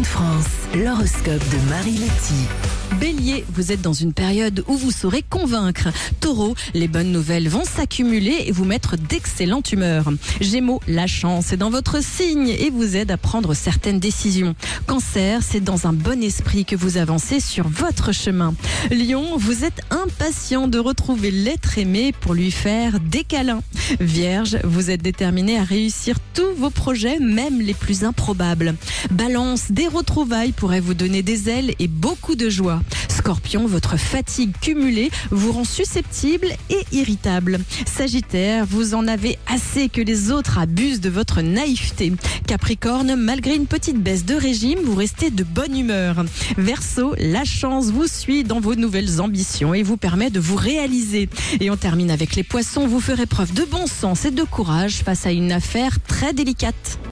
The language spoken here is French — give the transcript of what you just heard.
France, l'horoscope de Marie Letty. Bélier, vous êtes dans une période où vous saurez convaincre. Taureau, les bonnes nouvelles vont s'accumuler et vous mettre d'excellente humeur. Gémeaux, la chance est dans votre signe et vous aide à prendre certaines décisions. Cancer, c'est dans un bon esprit que vous avancez sur votre chemin. Lion, vous êtes impatient de retrouver l'être aimé pour lui faire des câlins. Vierge, vous êtes déterminé à réussir tous vos projets, même les plus improbables. Balance, des retrouvailles pourraient vous donner des ailes et beaucoup de joie. Scorpion, votre fatigue cumulée vous rend susceptible et irritable. Sagittaire, vous en avez assez que les autres abusent de votre naïveté. Capricorne, malgré une petite baisse de régime, vous restez de bonne humeur. Verseau, la chance vous suit dans vos nouvelles ambitions et vous permet de vous réaliser. Et on termine avec les poissons, vous ferez preuve de bon sens et de courage face à une affaire très délicate.